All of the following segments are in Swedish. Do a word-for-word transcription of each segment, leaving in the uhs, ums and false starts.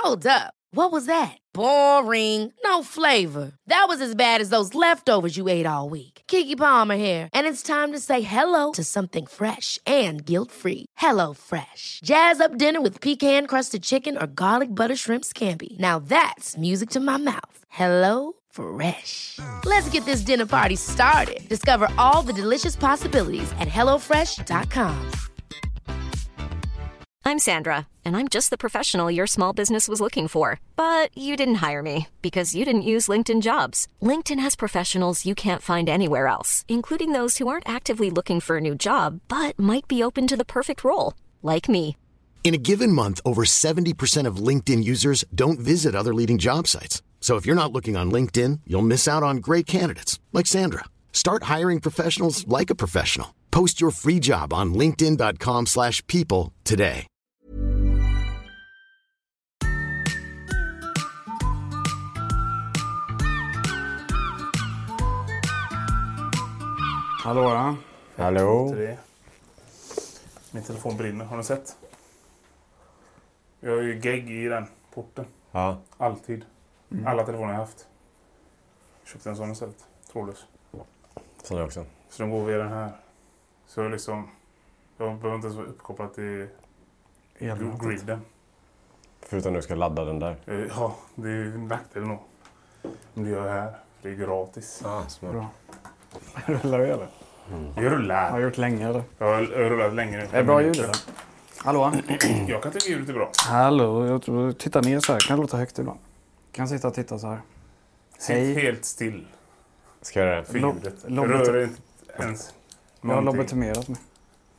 Hold up. What was that? Boring. No flavor. That was as bad as those leftovers you ate all week. Keke Palmer here, and it's time to say hello to something fresh and guilt-free. Hello Fresh. Jazz up dinner with pecan-crusted chicken or garlic butter shrimp scampi. Now that's music to my mouth. Hello Fresh. Let's get this dinner party started. Discover all the delicious possibilities at hello fresh dot com. I'm Sandra, and I'm just the professional your small business was looking for. But you didn't hire me because you didn't use LinkedIn Jobs. LinkedIn has professionals you can't find anywhere else, including those who aren't actively looking for a new job, but might be open to the perfect role, like me. In a given month, over seventy percent of LinkedIn users don't visit other leading job sites. So if you're not looking on LinkedIn, you'll miss out on great candidates like Sandra. Start hiring professionals like a professional. Post your free job on linkedin dot com slash people today. Hallå ja. Hallå. Min telefon brinner, har ni sett? Jag har ju gegg i den porten. Ja. Alltid. Mm. Alla telefoner jag haft. Köpte en sån istället. Trådlös. Sån är också. Så de går via den här. Så jag liksom... Jag behöver inte ens vara uppkopplad till griden. Förutom du ska ladda den där. Ja, det är ju en nackdel nog. Men det gör jag här. Det är gratis. Ah, smart. Bra. Rullar du eller? Mm. Jag rullar. Har du gjort länge eller? Jag har rullat länge nu. Är det bra ljud eller? Hallå? Jag kan tycka ljudet är bra. Hallå, jag tror titta ner så här. Kan låta högt ibland. Kan sitta och titta så här. Sitt Hej. helt still. Ska jag göra det? För Lob- ljudet. lobbet- Rör inte ens Jag har någonting. lobotomerat mig.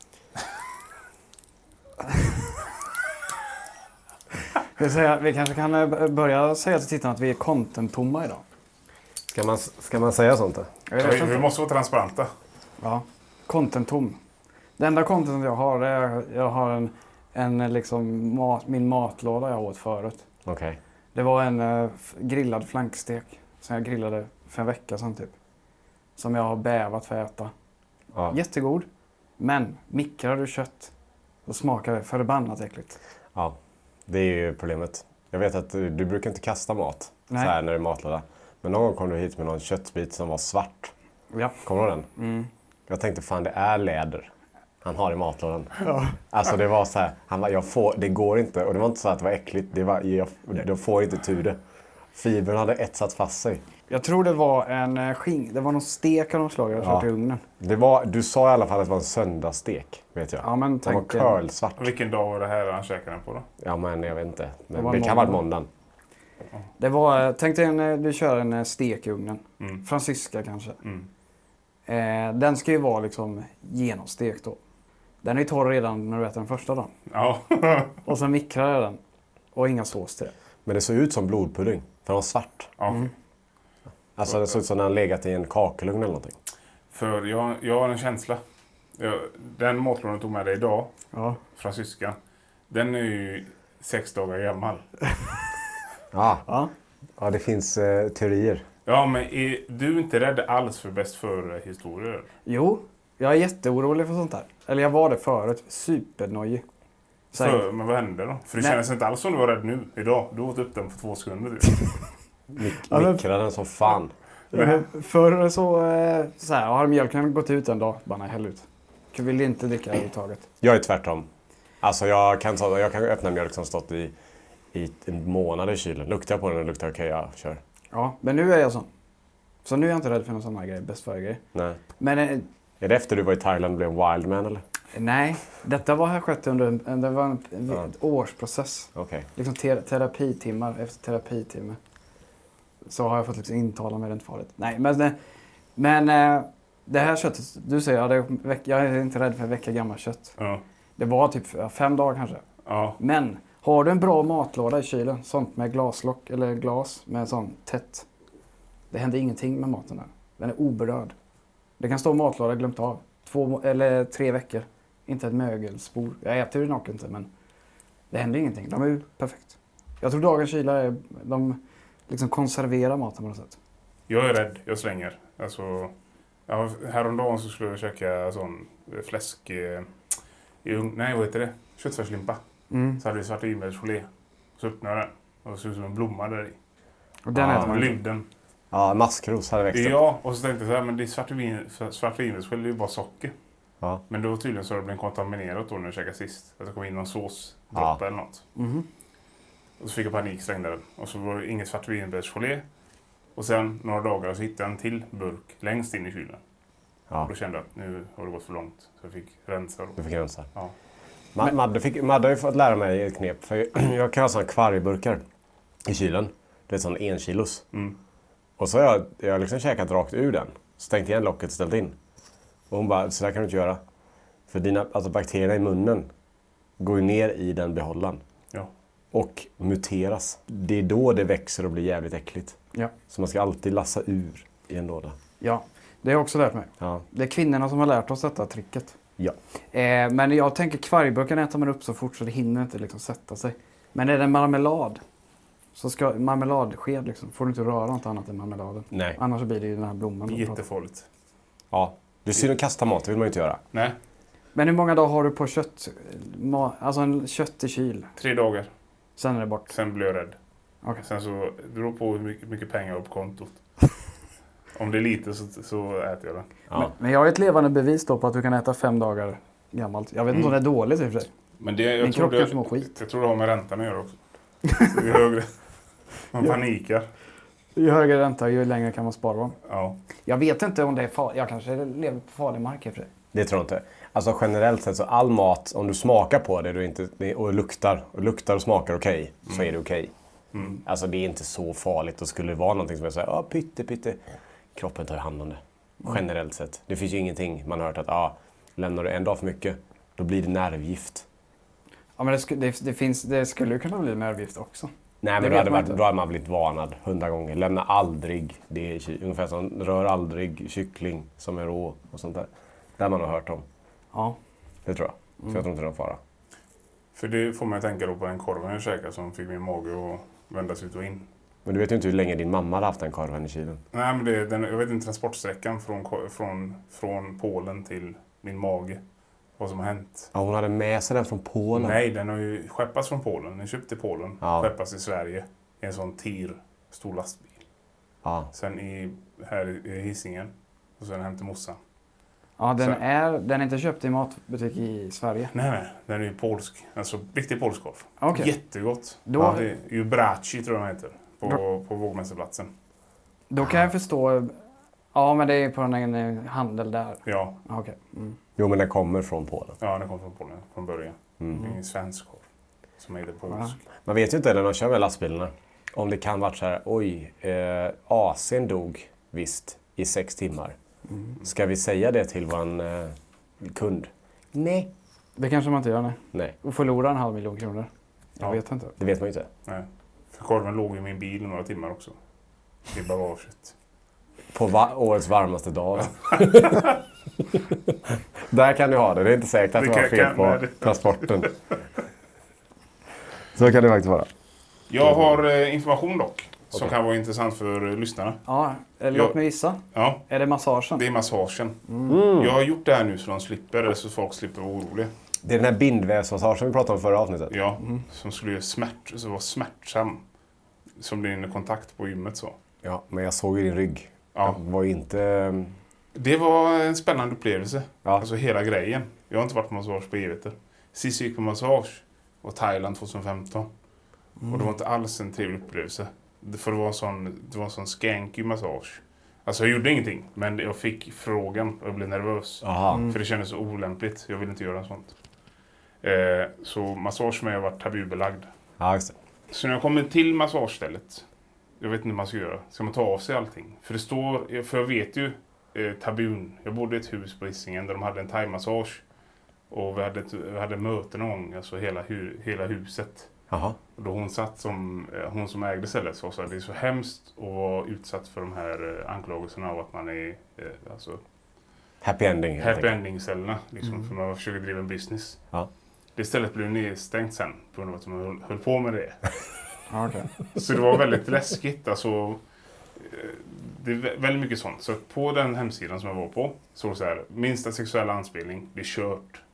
Vi, säga, vi kanske kan eh, börja säga till tittarna att vi är content-tomma idag. Ska man, ska man säga sånt då? Jag vet Vi, inte. vi måste vara transparenta. Ja, content-tom. Det enda content jag har är jag har en, en liksom mat, min matlåda jag åt förut. Okej. Okay. Det var en uh, grillad flankstek som jag grillade för en vecka sedan typ. Som jag har bävat för att äta. Ja. Jättegod. Men mikrar du kött så smakar det förbannat äckligt. Ja, det är ju problemet. Jag vet att du, du brukar inte kasta mat Nej. så här när du är matlåda. Men någon gång kom du hit med någon köttbit som var svart. Ja. Kommer du ihåg den? Mm. Jag tänkte fan det är läder han har i matlådan. Ja. Alltså det var så här, han bara, jag får, det går inte. Och det var inte så att det var äckligt, det var, jag, jag får inte tur det. Fibern hade etsat fast sig. Jag tror det var en uh, skink. Det var någon stek av något slag jag kört Ja. i ugnen. Det var, du sa i alla fall att det var en söndagsstek, vet jag. Ja, men den var tänk- curlsvart. Vilken dag var det här han käkade den på då? Ja, men jag vet inte. Men Det var det, kan ha varit måndag. måndagen. Det var, uh, tänk dig en, uh, du kör en uh, stek i ugnen. Mm. Fransyska kanske. Mm. Eh, den ska ju vara liksom genomstekt då. Den är ju torr redan när du äter den första dagen. Ja. Och sen mikrar jag den. Och inga sås till det. Men det såg ut som blodpudding, för den var svart. ja. Mm. Alltså det såg ut som när den legat i en kakelugn eller någonting. För jag, jag har en känsla. Jag, den matlådan jag tog med dig idag, Ja. fransyskan, den är ju sex dagar gammal. Ja, Ja. ja det finns eh, teorier. Ja, men är du inte rädd alls för bäst för historier? Jo, jag är jätteorolig för sånt här. Eller jag var det förut. Supernojig. Så här- För, men vad hände då? För det Nej. känns inte alls som du var rädd nu, idag. Du åt upp den på två sekunder. Typ. Mik- Ja, men- Mikrade den som fan. Men Förr så, eh, så här, har mjölken gått ut en dag, bara nej, häll ut. Jag vill inte dricka överhuvudtaget. Jag är tvärtom. Alltså jag kan, ta, jag kan öppna mjölk som stått i, i en månad i kylen. Luktar jag på den och luktar okej, ja, kör. Ja, men nu är jag sån. Så nu är jag inte rädd för någon sån här grej, bäst före grej. Nej. Men eh, Är det efter du var i Thailand och blev en wildman eller? nej, detta var här skett under en, en, det var en, en Ja. årsprocess. Okej. Liksom te, terapitimmar efter terapitimme. Så har jag fått liksom intala mig, det är inte farligt. Nej, men, eh, men eh, det här köttet, du säger, ja, det är, veck- jag är inte rädd för en vecka gammal kött. Ja. Det var typ ja, fem dagar kanske. Ja. Men har du en bra matlåda i kylen, sånt med glaslock eller glas med sån tätt. Det händer ingenting med maten där. Den är oberörd. Det kan stå matlåda glömt av. Två eller tre veckor. Inte ett mögelspor. Jag äter ju dock inte, men det händer ingenting. De är ju perfekt. Jag tror dagens kylar är, de liksom konserverar maten på något sätt. Jag är rädd, jag slänger. Alltså, ja, häromdagen så skulle jag käka sån fläsk eh, i ugn. Nej, vad heter det? Köttfärslimpa. Mm. Så hade vi svarta inbärsgelé. Så öppnade jag den. Och det såg ut som en blomma där i. Och den Ja, äter man. Livden. Ja, maskros hade växt upp. Ja, och så tänkte jag så här, men det är svartvin, svartvinbärsskölj, det är ju bara socker. Ja. Men då tydligen så har det blivit kontaminerat då när jag käkade sist. Att det kom in någon såsdroppe Ja. eller något. Mhm. Och så fick jag panik, slängde den. Och så var det inget svartvinbärsgelé. Och sen några dagar så hittade jag en till burk längst in i kylen. Ja. Och då kände jag att nu har det gått för långt. Så jag fick rensa då. Du fick rensa. Ja. Ma- Madde, fick, Madde har ju fått lära mig ett knep. För jag, jag kan ha sådana kvargburkar i kylen. Det är sån en kilos. Mm. Och så har jag, jag har liksom käkat rakt ur den. Stängt igen locket och ställt in. Och hon bara, så där kan du inte göra. För dina, alltså bakterierna i munnen går ju ner i den behållaren. Ja. Och muteras. Det är då det växer och blir jävligt äckligt. Ja. Så man ska alltid lassa ur i en låda. Ja, det har jag också lärt mig. Ja. Det är kvinnorna som har lärt oss detta tricket. Ja. Eh, men jag tänker kvargburken äter man upp så fort så det hinner inte liksom sätta sig. Men är det marmelad så ska marmeladsked liksom, får du inte röra något annat än marmeladen. Nej. Annars blir det ju den här blomman. de pratar om. Jättefarligt. Ja. Det är synd att kasta mat, det vill man ju inte göra. Nej, Men hur många dagar har du på kött? Ma- alltså en kött i kyl. tre dagar. Sen är det bort. Sen blev jag rädd. Okej. Sen så det beror på hur mycket, mycket pengar jag har på kontot. Om det är lite så, så äter jag det. Ja. Men, men jag har ett levande bevis då på att du kan äta fem dagar gammalt. Jag vet inte om det är dåligt i och för sig. Men det, jag Min tror kropp det, kanske mår skit. Jag tror det har med räntan att göra också. Så ju högre. Man panikar. Ju högre ränta, ju längre kan man spara dem. Ja. Jag vet inte om det är farligt. Jag kanske lever på farlig mark i och för sig. Det tror jag inte. Alltså generellt sett så all mat, om du smakar på det, du inte, det och luktar, och luktar och smakar okej, så är det okej. Mm. Alltså det är inte så farligt. Och skulle det vara någonting som jag säger, ja pytte pytte, kroppen tar hand om det. Generellt sett. Det finns ju ingenting man har hört att, ja, lämnar du en dag för mycket, då blir det nervgift. Ja, men det, sk- det, det, finns, det skulle ju kunna bli nervgift också. Nej, Det men då vet hade, man varit, inte. då hade man blivit varnad hundra gånger. Lämna aldrig det i ky- ungefär som rör aldrig kyckling som är rå och sånt där. Det har man har hört om. Ja. Det tror jag. Så jag tror inte det är någon fara. För det får man ju tänka då på den korven jag käkade som fick min mage att vändas ut och in. Men du vet ju inte hur länge din mamma hade haft den korven i kylen. Nej, men det, den, jag vet inte transportsträckan från, ko- från, från Polen till min mage. Vad som har hänt. Ja, hon hade med sig den från Polen. Nej, den har ju skeppats från Polen. Den köpte i Polen. Ja. Skeppas i Sverige. I en sån tir, stor lastbil. Ja. Sen i, här i Hisingen. Och sen hem till morsan. Ja, den Så- är, den är inte köpt i matbutik i Sverige. Nej, nej. Den är ju polsk. Alltså riktig polskkorv. Okej. Jättegott. Då- Ja, det är ju braci tror jag den heter. På, på Vågmästarplatsen. Då kan jag förstå. Ja, men det är på en, en handel där. Ja, Ja, okej. Mm. Jo, men den kommer från Polen. ja, den kom från Polen från början. Mm. Det är ingen svensk korv. Som heter polsk. Man vet ju inte när de kör med lastbilarna. Om det kan vara så här, oj, eh, A C:n dog visst i sex timmar. Ska vi säga det till vår eh, kund? Nej. Det kanske man inte gör, nej. Nej, Och förlora en halv miljon kronor. Jag Ja. vet inte. det vet man ju inte. Nej. För korven låg i min bil några timmar också. I bagaget. På va- årets varmaste dag. Där kan du ha det. Det är inte säkert att Det det var kan- fel kan- på nej, det- transporten. Så kan det faktiskt vara. Jag har eh, information dock. Som Okej. kan vara intressant för eh, lyssnarna. Ja, eller Ja. låt mig gissa. Ja, Är det massagen? det är massagen. Mm. Jag har gjort det här nu så de slipper, eller så folk slipper vara oroliga. Det är den här bindvävsmassagen vi pratade om förra avsnittet. Ja, som skulle göra smärt, så vara smärtsam. Som din kontakt på gymmet så. Ja, men jag såg ju din rygg. Ja. Jag var ju inte... Det var en spännande upplevelse. Ja. Alltså hela grejen. Jag har inte varit på massage på evigheter. Sist jag gick på massage var Thailand tjugohundrafemton. Och det var inte alls en trevlig upplevelse. Det- För det var en sån, det var en sån skanky massage. Alltså jag gjorde ingenting, men jag fick frågan och jag blev nervös. Aha. För det kändes så olämpligt. Jag ville inte göra sånt. Eh, så massage för mig har varit tabubelagd. Ja, just det. Så när jag kommer till massagestället, jag vet inte hur man ska göra. Ska man ta av sig allting? För det står, för jag vet ju eh, tabun. Jag bodde i ett hus på Hisingen där de hade en thaimassage. Och vi hade, ett, vi hade möte någon gång, alltså hela, hu, hela huset. Jaha. Och då hon satt som, eh, hon som ägde stället sa så att det är så hemskt att vara utsatt för de här eh, anklagelserna av att man är eh, alltså, Happy ending. helt happy enkelt. ending-ställena. Liksom, för man försöker driva en business. Ja. Det stället blev nedstängt sen på grund av att de höll, höll på med det. Ja, okej. Så det var väldigt läskigt. Alltså, eh, det är vä- väldigt mycket sånt. Så på den hemsidan som jag var på så var det så här, minsta sexuella anspelning, det är kört.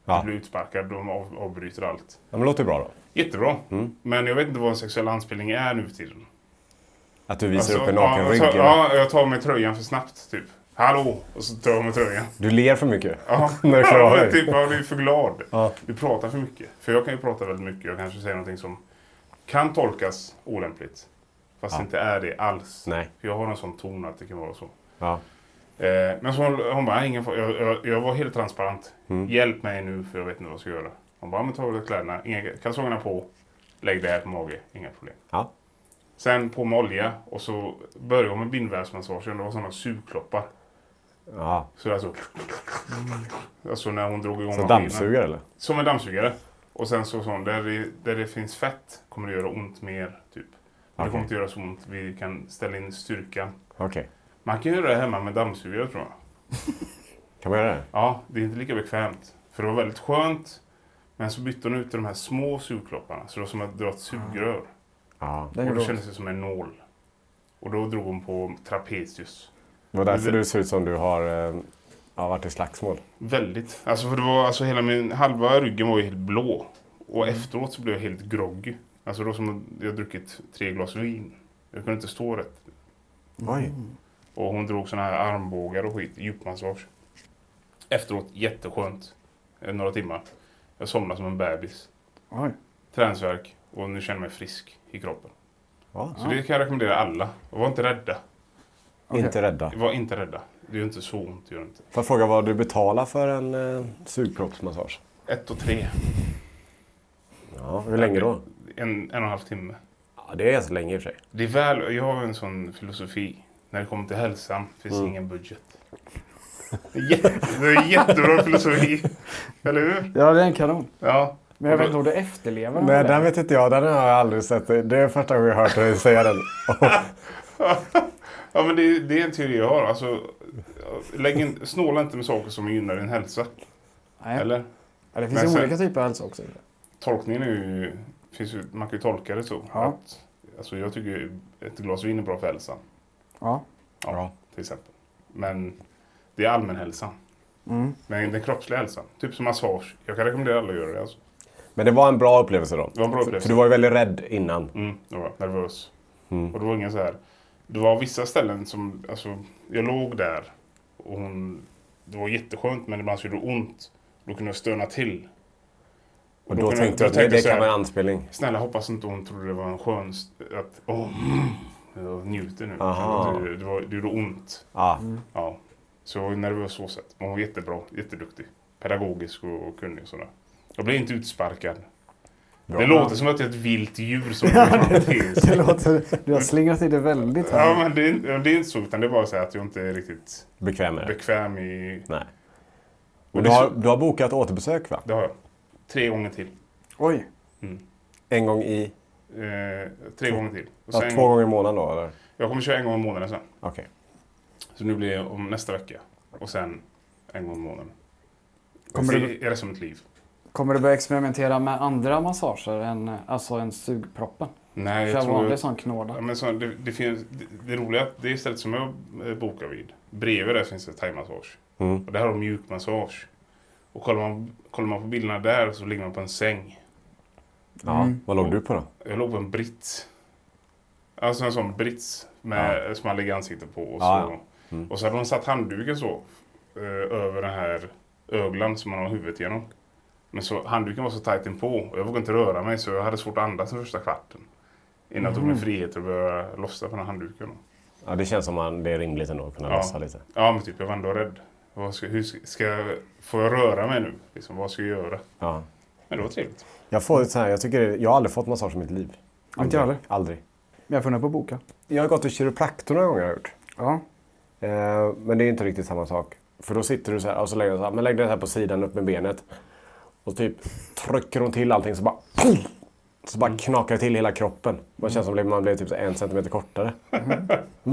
Ja. Du blir utsparkad, de av, avbryter allt. Ja, men det låter bra då. Jättebra. Mm. Men jag vet inte vad en sexuell anspelning är nu för tiden. Att du visar alltså, upp en naken ja, rygg? Tar, ja, jag tar med tröjan för snabbt, typ. Hallå! Och så tar jag med tröjan. Du ler för mycket? Ja, när du ja men typ, ja, du är för glad. Ja. Du pratar för mycket. För jag kan ju prata väldigt mycket. Jag kanske säger någonting som kan tolkas olämpligt. Fast ja. det inte är det alls. Nej. För jag har en sån ton att det kan vara så. Ja. Eh, men så hon bara, ingen jag, jag, jag var helt transparent. Mm. Hjälp mig nu för jag vet inte vad jag ska göra. Hon bara, men ta av kläderna. Inga, kalsongerna på. Lägg det här på mage. Inga problem. Ja. Sen på med olja. Och så började jag med bindvävsmassagen. Det var sådana sugkloppar. Ja. Så alltså, mm. alltså när hon drog igång så dammsugare eller? Som en dammsugare. Och sen så sån, där det, där det finns fett kommer det göra ont mer typ. Okay. Det kommer inte göra så ont. Vi kan ställa in styrkan. Okej. Okay. Man kan göra det hemma med dammsugare tror jag. Kan man göra det? Ja, det är inte lika bekvämt. För det var väldigt skönt. Men så bytte hon ut de här små sugklopparna. Så det var som att dra ett sugrör. Ja. Och det kändes det som en nål. Och då drog hon på trapezius. Det var därför det... du ser ut som du har eh, varit i slagsmål. Väldigt. Alltså för det var alltså hela min halva ryggen var ju helt blå. Och mm. efteråt så blev jag helt groggy. Alltså då som jag druckit tre glas vin. Jag kunde inte stå rätt. Oj. Mm. Och hon drog såna här armbågar och skit. Djupmassage. Efteråt jätteskönt. Några timmar. Jag somnade som en bebis. Oj. Träningsvärk. Och nu känner jag mig frisk i kroppen. Ja. Så det kan jag rekommendera alla. Och var inte rädda. Okay. Inte rädda. Var inte rädda. Det är ju inte så ont. Gör det inte. Får jag fråga vad du betalar för en eh, sugkroppsmassage? Ett och tre. Ja, hur länge då? En, en och en halv timme. Ja, det är så länge i och för sig. Det är väl, jag har en sån filosofi. När det kommer till hälsan finns mm. ingen budget. Jätte, det är en jättebra filosofi. Eller hur? Ja, det är en kanon. Ja. Men jag vet inte om du efterlever den. Nej, den vet inte jag. Den har jag aldrig sett. Det är första gången jag har hört dig säga den. Ja, men det, det är en teori jag har. Alltså, lägg in, snåla inte med saker som gynnar din hälsa. Nej. Eller? Ja, det finns ju olika typer av hälsa också. Tolkningen är ju, finns ju... Man kan ju tolka det så. Ja. Att, alltså, jag tycker ett glas vin är bra för hälsan. Ja. Ja, ja. Till exempel. Men det är allmän hälsan. Mm. Men den kroppsliga hälsan. Typ som massage. Jag kan rekommendera alla att göra det. Alltså. Men det var en bra upplevelse då? Det var en bra upplevelse. För du var ju väldigt rädd innan. Mm, jag var nervös. Mm. Och det var ingen så här... Det var vissa ställen som... Alltså, jag låg där. Och hon... Det var jätteskönt, men ibland så gjorde det ont. Då kunde jag stöna till. Och, och då, då tänkte jag att det, det kan vara en anspelning. Snälla, hoppas inte hon trodde det var en skön... Att, åh, jag njuter nu. Det, det, var, det gjorde ont. Ah. Mm. Ja. Så jag var nervös så sätt. Men hon var jättebra, jätteduktig. Pedagogisk och, och kunnig och sådär. Jag blev inte utsparkad. Bra. Det låter som att jag är ett vilt djur som ja, det, det låter, du har slingrat i det väldigt här. Ja, men det är, det är inte så, utan det är bara så att jag inte är riktigt bekväm, bekväm i... Nej. Men du har, du har bokat återbesök, va? Det har jag. Tre gånger till. Oj. Mm. En gång i? Eh, tre gånger till. Och ja, två gånger i månaden då, eller? Jag kommer köra en gång i månaden sen. Okej. Okay. Så nu blir det om nästa vecka. Och sen en gång i månaden. Kommer det du... är det som ett liv. Kommer du börja experimentera med andra massager än alltså en sugproppen? Nej, jag tror... vanlig sån knåda. Ja, men så, det, det, finns, det, det roliga är att det är stället som jag bokar vid. Bredvid där finns det thai-massage. Mm. Och där har de mjukmassage. Och kollar man, kollar man på bilderna där så ligger man på en säng. Ja, mm. Vad låg du på då? Jag låg på en brits. Alltså en sån brits med, ja. Som man lägger ansiktet på. Och så, ja, ja. Mm. och så hade de satt handduken så eh, över den här öglan som man har huvudet genom. Men så handduken var så tajt in på och jag vågade inte röra mig så jag hade svårt att andas den första kvarten. Innan jag mm. tog min frihet att börja lossa på den här handduken. Ja, det känns som att det är rimligt ändå att kunna ja. lossa lite. Ja, men typ jag var ändå rädd. Vad ska, hur ska, ska jag, får jag röra mig nu? Liksom, vad ska jag göra? Ja. Men det var trevligt. Jag får det så här, jag tycker jag har aldrig fått massage i mitt liv. Aldrig. Inte aldrig? Aldrig. Men jag får på att boka. Jag har gått till kiropraktor några gånger har jag gjort. Ja. Eh, men det är inte riktigt samma sak. För då sitter du så här och så lägger du så här, men lägg det här på sidan upp med benet. Och typ trycker hon till allting så bara så bara knakar det till hela kroppen. Man känns som att man blir typ så en centimeter kortare. Mm.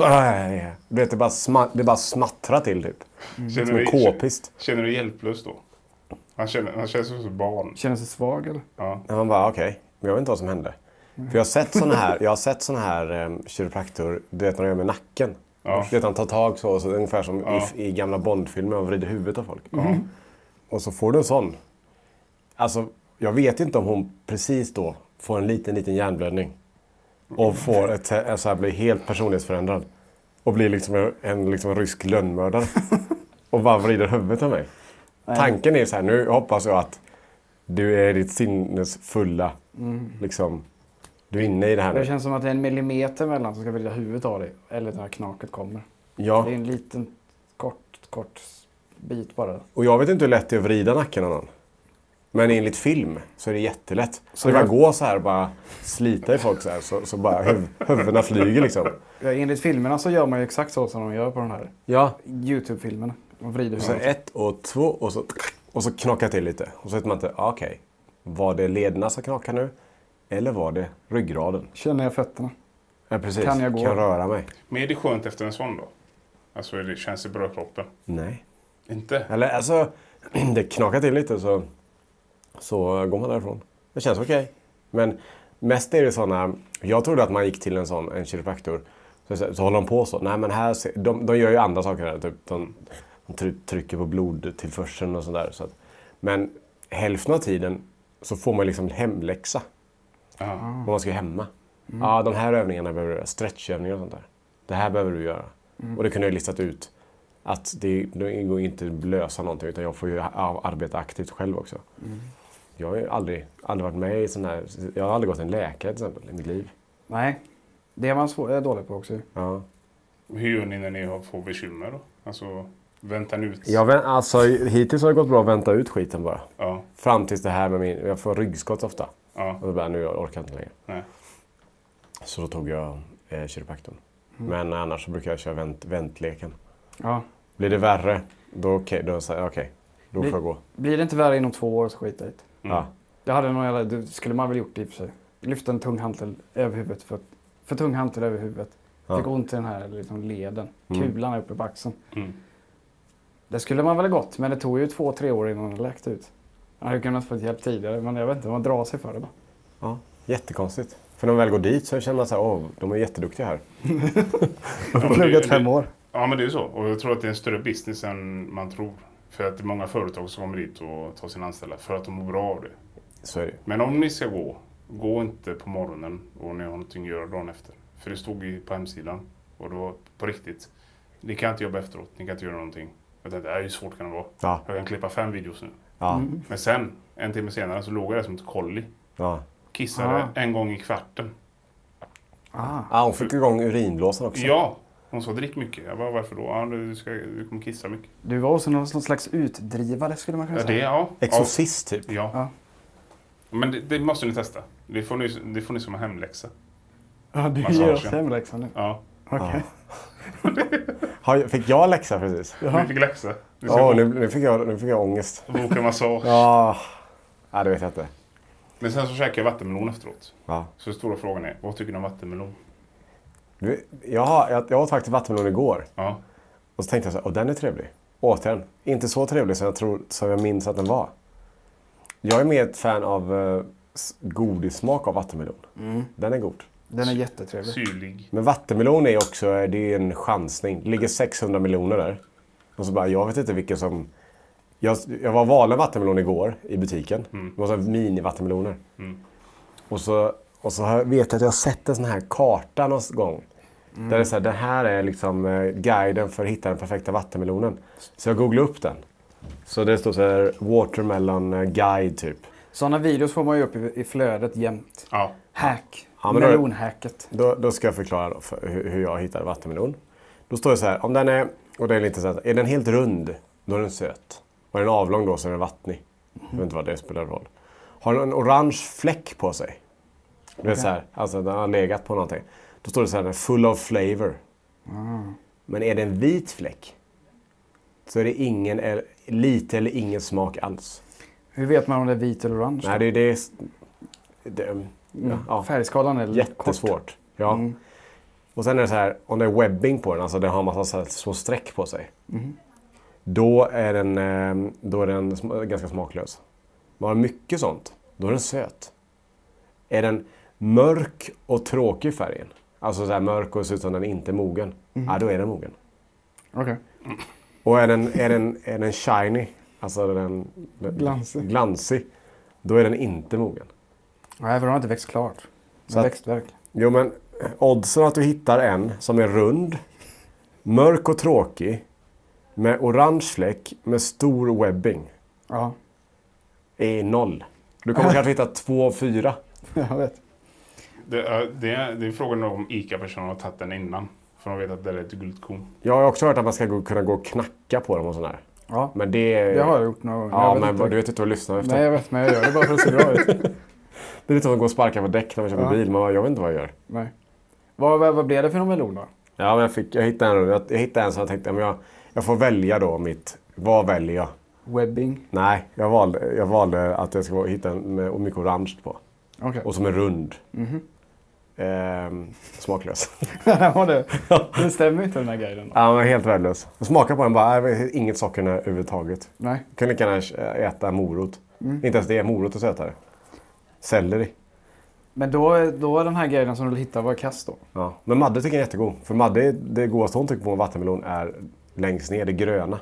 Du vet, det bara, sma- det bara smattrar till typ. Mm. Som en k-pist. Känner du hjälplös då? Han känner, han känns som ett barn. Känner sig svag eller? Ja. Ja, man bara okej. Okay. Men jag vet inte vad som hände. Mm. För jag har sett såna här, jag har sett såna här um, kiropraktor, du vet när de gör med nacken. Ja. Du vet han tar tag så, så ungefär som ja. i, i gamla Bondfilmer och vrider huvudet av folk. Mm. Och så får du en sån. alltså, jag vet inte om hon precis då får en liten, liten hjärnblödning. Och får ett, alltså här, blir helt personlighetsförändrad. Och blir liksom en, en liksom rysk lönnmördare. Och bara vrider huvudet av mig. Nej. Tanken är så här, nu hoppas jag att du är ditt sinnes fulla, mm. liksom, du är inne i det här. Det nu. känns som att det är en millimeter mellan som ska vrida huvudet av dig. Eller när knaket kommer. Ja. Det är en liten, kort, kort bit bara. Och jag vet inte hur lätt det är att vrida nacken av någon. Men enligt film så är det jättelätt. Så det bara går så här och bara slita i folk så här. Så, så bara huv, huvudena flyger liksom. Ja, enligt filmerna så gör man ju exakt så som de gör på den här. Ja. YouTube-filmerna. Man vrider så ett och två och så, och så knakar till lite. Och så vet man inte, okej. Okay, var det lederna som knakar nu? Eller var det ryggraden? Känner jag fötterna? Ja, precis. Kan jag gå? Kan jag röra mig? Men är det skönt efter en sån då? Alltså är det, känns det bra i kroppen? Nej. Inte? Eller alltså, det knakar till lite så, så går man därifrån. Det känns okej. Okay. Men mest är det sådana, jag trodde att man gick till en sån, en kiropraktor. Så, så, så håller de på så. Nej men här, de, de gör ju andra saker här. Typ, de, de trycker på blodtillförseln och sådär. Så att, men hälften av tiden så får man liksom hemläxa. Ah. Om man ska hemma. Mm. Ja, de här övningarna behöver du göra. Stretchövningar och sånt där. Det här behöver du göra. Mm. Och det kunde jag listat ut. Att det, det går inte att lösa någonting. Utan jag får ju arbeta aktivt själv också. Mm. Jag har ju aldrig, aldrig varit med i sån här... Jag har aldrig gått till en läkare till exempel i mitt liv. Nej, det är man svår, jag är dålig på också. Ja. Hur gör ni när ni får bekymmer då? Alltså, vänta ut? Ja, vän, alltså, hittills har det gått bra att vänta ut skiten bara. Ja. Fram tills det här med min... Jag får ryggskott ofta. Ja. Och då bara, nu orkar jag inte längre. Nej. Så då tog jag eh, kiropraktorn. Mm. Men annars så brukar jag köra vänt, väntleken. Ja. Blir det värre, då okej, okay, då, okay, då blir, får jag gå. Blir det inte värre inom två år så skiter jag i det. Mm. Ja. Jag hade någon jävla, det skulle man väl gjort i och för sig. Lyfta en tung hantel över huvudet, för, för tung hantel över huvudet. Ja. Fick ont i den här liksom, leden, mm. kulan uppe på axeln. Mm. Det skulle man väl gått, men det tog ju två, tre år innan det läkte ut. Jag hade kunnat få hjälp tidigare, men jag vet inte, man drar sig för det bara. Ja, jättekonstigt. För när man väl går dit så känner man så här, åh, de är jätteduktiga här. De har pluggat fem år. Ja, men det är så. Och jag tror att det är en större business än man tror. För att det är många företag som kommer dit och tar sina anställda för att de mår bra av det. Så är det. Men om ni ska gå, gå inte på morgonen och ni har någonting att göra dagen efter. För det stod ju på hemsidan. Och det var på riktigt. Ni kan inte jobba efteråt, ni kan inte göra någonting. Jag tänkte, hur svårt kan det vara? Ja. Jag kan klippa fem videos nu. Ja. Mm. Men sen, en timme senare, så låg jag där som ett kolli. Ja. Kissade Ah. en gång i kvarten. Ah. Ja, hon fick igång urinblåsan också. Ja, hon sa drick mycket. Jag bara, varför då? Ja, du, ska, du kommer kissa mycket. Du var också någon slags utdrivare skulle man kunna Ja, säga. det, ja. Exorcist typ. Ja. Ja. Men det, det måste ni testa. Det får ni, det får ni som en hemläxa. Ja, du Massagen. ger oss hemläxan nu. Ja. Okej. Har- Fick jag läxa precis? Vi fick läxa. Vi Ja, ska oh, bo- nu, nu, fick jag, nu fick jag ångest. boka massage. Ja, ja det vet jag inte. Men sen så käkade jag vattenmelon efteråt. Ja. Så stora frågan är, vad tycker ni om vattenmelon? Du, jag, har, jag, jag åt faktiskt vattenmelon igår. Ja. Och så tänkte jag så här, och den är trevlig. Åt den. Inte så trevlig som jag, tror, som jag minns att den var. Jag är mer ett fan av uh, godissmak av vattenmelon. Mm. Den är god. Den är jättetrevlig. Syrlig. Men vattenmelon är också det är en chansning. Det ligger sexhundra miljoner där. Och så bara, jag vet inte vilken som... Jag, jag var valen vattenmelon igår i butiken. Mm. Det var så här mini-vattenmeloner. Mm. Och så, och så har jag, vet jag att jag har sett en sån här karta någon gång. Mm. Där det är så här, det här är liksom eh, guiden för att hitta den perfekta vattenmelonen. Så jag googlade upp den. Så det står så här, watermelon eh, guide typ. Sådana videos får man ju upp i, i flödet jämt. Ja. Hack. Ja, men då- Melonhacket. Då, då ska jag förklara då för hur, hur jag hittar vattenmelon. Då står det så här, om den är, och det är lite så här, är den helt rund, då är den söt. Och är den avlång då så är den vattnig. Jag vet inte vad det spelar roll. Har den en orange fläck på sig, du vet så här, alltså den har legat på någonting. Då står det så här, den är full of flavor. Mm. Men är det en vit fläck så är det ingen, eller, lite eller ingen smak alls. Hur vet man om det är vit eller orange? Nej, det är det, det Mm. ja, Färgskalan är lite kort. jättesvårt. Ja. Mm. Och sen är det så här, om det är webbing på den, alltså den har en massa så här små streck på sig. Mm. Då är den, eh, då är den sm- ganska smaklös. Man har mycket sånt, då är den söt. Är den mörk och tråkig i färgen, alltså så här mörk och ser ut som den inte är mogen, Mm. ja då är den mogen. Okej. Och är den, är den, är den shiny, alltså den, den Glansig. glansig, då är den inte mogen. Nej, för den har inte växt klart. Med Så att- växtverk. Jo, men oddsen att du hittar en som är rund, mörk och tråkig, med orange fläck, med stor webbing, Ja, är noll. Du kommer kanske hitta två, fyra. jag vet. Det, är- det, är, det är frågan om ICA-personen har tagit den innan. För de vet att det är ett guldkorn. Jag har också hört att man ska gå, kunna gå och knacka på dem och sådär. Ja, Men det... det har jag gjort någon gång. Ja, Jag vet men inte. du vet inte vad du lyssnar efter. Nej, jag vet, men jag gör det bara för att det ser bra ut. Det är lite som att gå och sparka på däck när man köper Ja. bil. Men jag vet inte vad jag gör. Nej. Vad, vad, vad blev det för någon melon då? Ja, men jag, fick, jag, hittade en, jag, jag hittade en som jag tänkte men jag, jag får välja då mitt... Vad väljer jag? Webbing. Nej, jag valde, jag valde att jag ska hitta en med mycket orange på. Okej. Och som är rund. Mhm. Ehm, smaklös. Ja, det, det stämmer inte den här guiden. Då. Ja, men helt värdelös. Jag smakar på den bara, nej, inget socker överhuvudtaget. Nej. Jag kunde lika gärna äta morot. Inte ens det, morot är sötare. Selleri. Men då, då är den här grejen som du hittar var kass då? Ja. Men Madde tycker jag är jättegod. För Madde, är- det godaste hon tycker på en vattenmelon är längst ner, det gröna.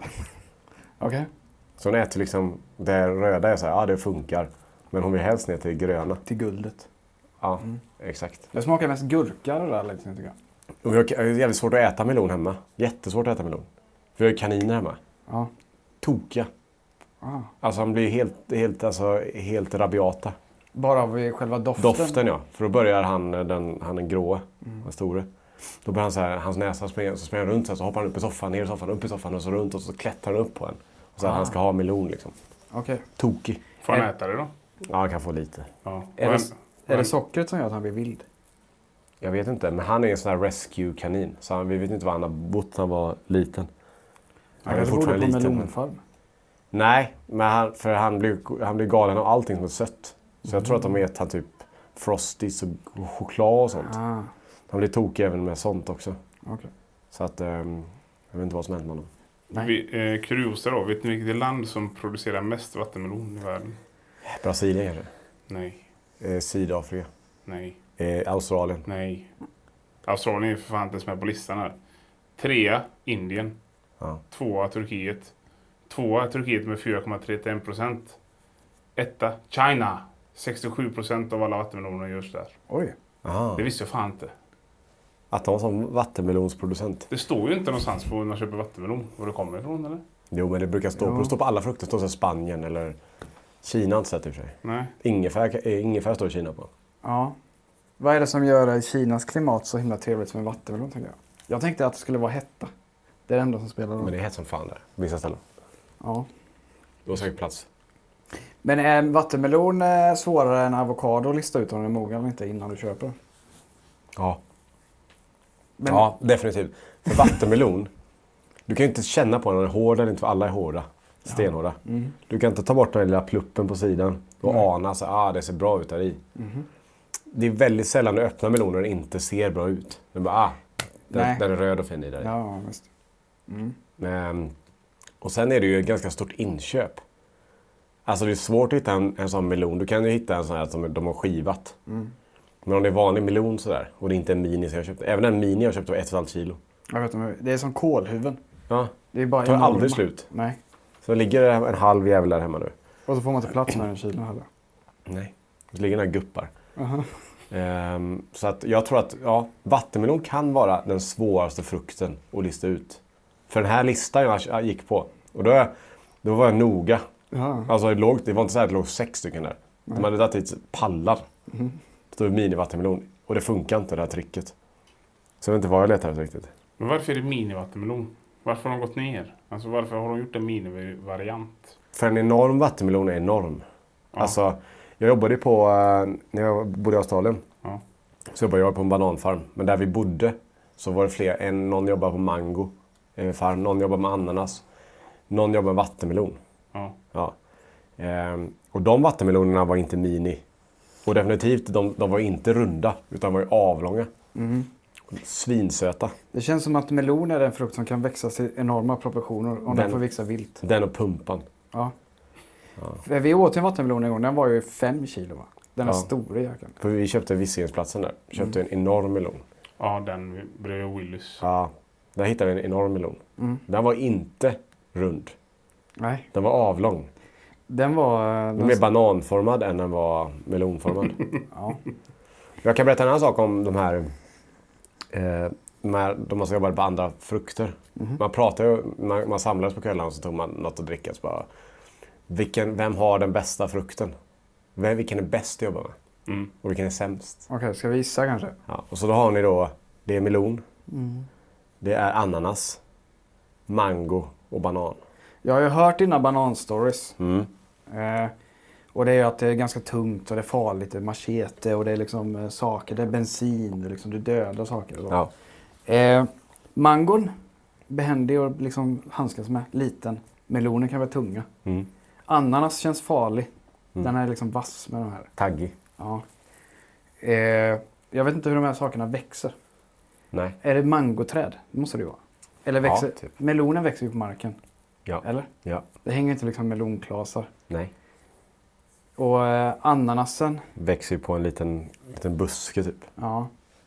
Okej. Så hon äter liksom, det röda är så här, ja det funkar. Men hon vill helst ner till det gröna. Till guldet. Ja, exakt. Det smakar mest gurka det där liksom, tycker jag. Och jag har jävligt svårt att äta melon hemma. Jättesvårt att äta melon. För jag har ju kaniner hemma. Ja. Tokiga. Ah. Alltså de blir helt, helt, alltså, helt rabiata. Bara av själva doften? Doften ja. För då börjar han, den, han den gråa, den store. Då börjar han så här, hans näsa springer, så springer han runt så, här, så hoppar han upp i soffan, ner i soffan, upp i soffan och så runt och så klättrar han upp på en. Och så här, han ska ha melon liksom. Okej. Tokig. Får han äta det då? Ja, han kan få lite. Ja. Är, Men- det, är det sockret som gör att han blir vild? Jag vet inte, men han är en sån här rescue-kanin. Så han, vi vet inte var han har bott när han var liten. Han är kanske bor på fortfarande liten, men- melonfarm. Nej, men han, för han blir, han blir galen av allting som är sött. Så jag tror att de äter han typ Frosties och choklad och sånt. Ah, Han blir tokig även med sånt också. okej. Så att, ehm, jag vet inte vad som händer med honom. Nej. Vi, eh, kuriosa då. Vet ni vilket land som producerar mest vattenmelon i världen? Brasilien kanske? Nej. Eh, Sydafrika? Nej. Eh, Australien? Nej. Australien är för fan inte ens med på listan här. Trea, Indien. Ja. Tvåa, Turkiet. Tvåa, Turkiet med fyra komma trettioen procent. Etta, China. sextiosju procent av alla vattenmeloner görs där. Oj. Aha. Det visste jag fan inte. Att de var som vattenmelonsproducent. Det står ju inte någonstans på när man köper vattenmelon. Var det kommer ifrån eller? Jo, men det brukar stå, Jo. det står på alla frukter. Det står så här Spanien eller Kina har inte sett i och för sig. Nej. Ingefär, eh, ingefär står Kina på. Ja. Vad är det som gör Kinas klimat så himla trevligt som en vattenmelon, tänker jag? Jag tänkte att det skulle vara hetta. Det är det enda som spelar roll. Men det är hett som fan där, vissa ställen. Ja. Du har säkert plats. Men är vattenmelon eh, svårare än avokado att lista ut om den är mogen eller inte innan du köper den? Ja. Men, Ja, definitivt. För vattenmelon, du kan ju inte känna på den om den är hård eller inte, för alla är hårda. Stenhårda. Mm. Du kan inte ta bort den lilla pluppen på sidan och Nej. ana att ah, det ser bra ut där i. Mhm. Det är väldigt sällan du öppnar meloner och den inte ser bra ut. Den bara, ah, den, Nej. den är röd och fin i där i. Ja, visst. Mm. Men, och sen är det ju ett ganska stort inköp. Alltså det är svårt att hitta en, en sån melon. Du kan ju hitta en sån här som de har skivat. Mm. Men om det är vanlig melon sådär och det är inte en mini som jag köpte. Även en mini jag köpte var ett och ett halvt kilo. Jag vet inte, det är som kolhuven. Ja, Det är bara det tar enorma. aldrig slut. Nej. Så det ligger en halv jävel där hemma nu. Och så får man inte plats med den kylen heller. Nej. Det ligger några guppar. Aha. Ehm, så att jag tror att ja, vattenmelon kan vara den svåraste frukten att lista ut. För den här listan jag jag gick på. Och då, då var jag noga. Ja. Alltså det, låg, det var inte så här att det låg sex stycken där. De hade tagit hit pallar. Mhm. Det stod minivattenmelon. Och det funkar inte det här tricket. Så jag vet inte vad jag letar efter riktigt. Men varför är det minivattenmelon? Varför har de gått ner? Alltså varför har de gjort en minivariant? För en enorm vattenmelon är enorm. Ja. Alltså, jag jobbade på, eh, när jag bodde i Australien. Ja. Så jobbade jag på en bananfarm. Men där vi bodde så var det fler. En, någon jobbade på mango eh, farm, någon jobbade med ananas. Någon jobbade med vattenmelon. Ja. Ja. Ehm, och de vattenmelonerna var inte mini. Och definitivt, de, de var inte runda. Utan var ju avlånga. Mm. Svinsöta. Det känns som att melon är en frukt som kan växa till enorma proportioner om den, Den- får växa vilt. Den och pumpan. Ja. För vi åt en vattenmelon en gång, den var ju fem kilo va? Den är Ja. stora jäkeln. För vi köpte Visingensplatsen där. Köpte Mm. en enorm melon. Ja, den bredvid Willys. Ja, där hittade vi en enorm melon. Mm. Den var inte rund. Nej. Den var avlång. Den var... Den är mer bananformad än den var melonformad. Ja. Jag kan berätta en annan sak om de här... Eh, de, här de man ska jobba på andra frukter. Mm-hmm. Man pratar ju... Man, man samlades på kvällen och så tog man något att dricka. Så bara, vilken, vem har den bästa frukten? Vem, vilken är bäst att jobba med? Mm. Och vilken är sämst? Okej, okay, ska vi gissa kanske? Ja, och så då har ni då... Det är melon. Mm. Det är ananas. Mango och banan. Jag har ju hört dina bananstories. Mm. Eh, och det är att det är ganska tungt och det är farligt. Det är machete och det är liksom eh, saker. Det är bensin, det är, liksom, det är döda saker. Och ja. eh, mangon, behändig och liksom handskas med. Liten. Meloner kan vara tunga. Mm. Ananas känns farlig. Mm. Den är liksom vass med de här. Taggig. Ja. Eh, jag vet inte hur de här sakerna växer. Nej. Är det mangoträd? Det måste det vara. Eller växer... Ja, typ. Melonen växer ju på marken. Ja. Eller? Ja. Det hänger inte liksom melonklasar. Nej. Och eh, ananasen... Växer ju på en liten, liten buske typ. Ja.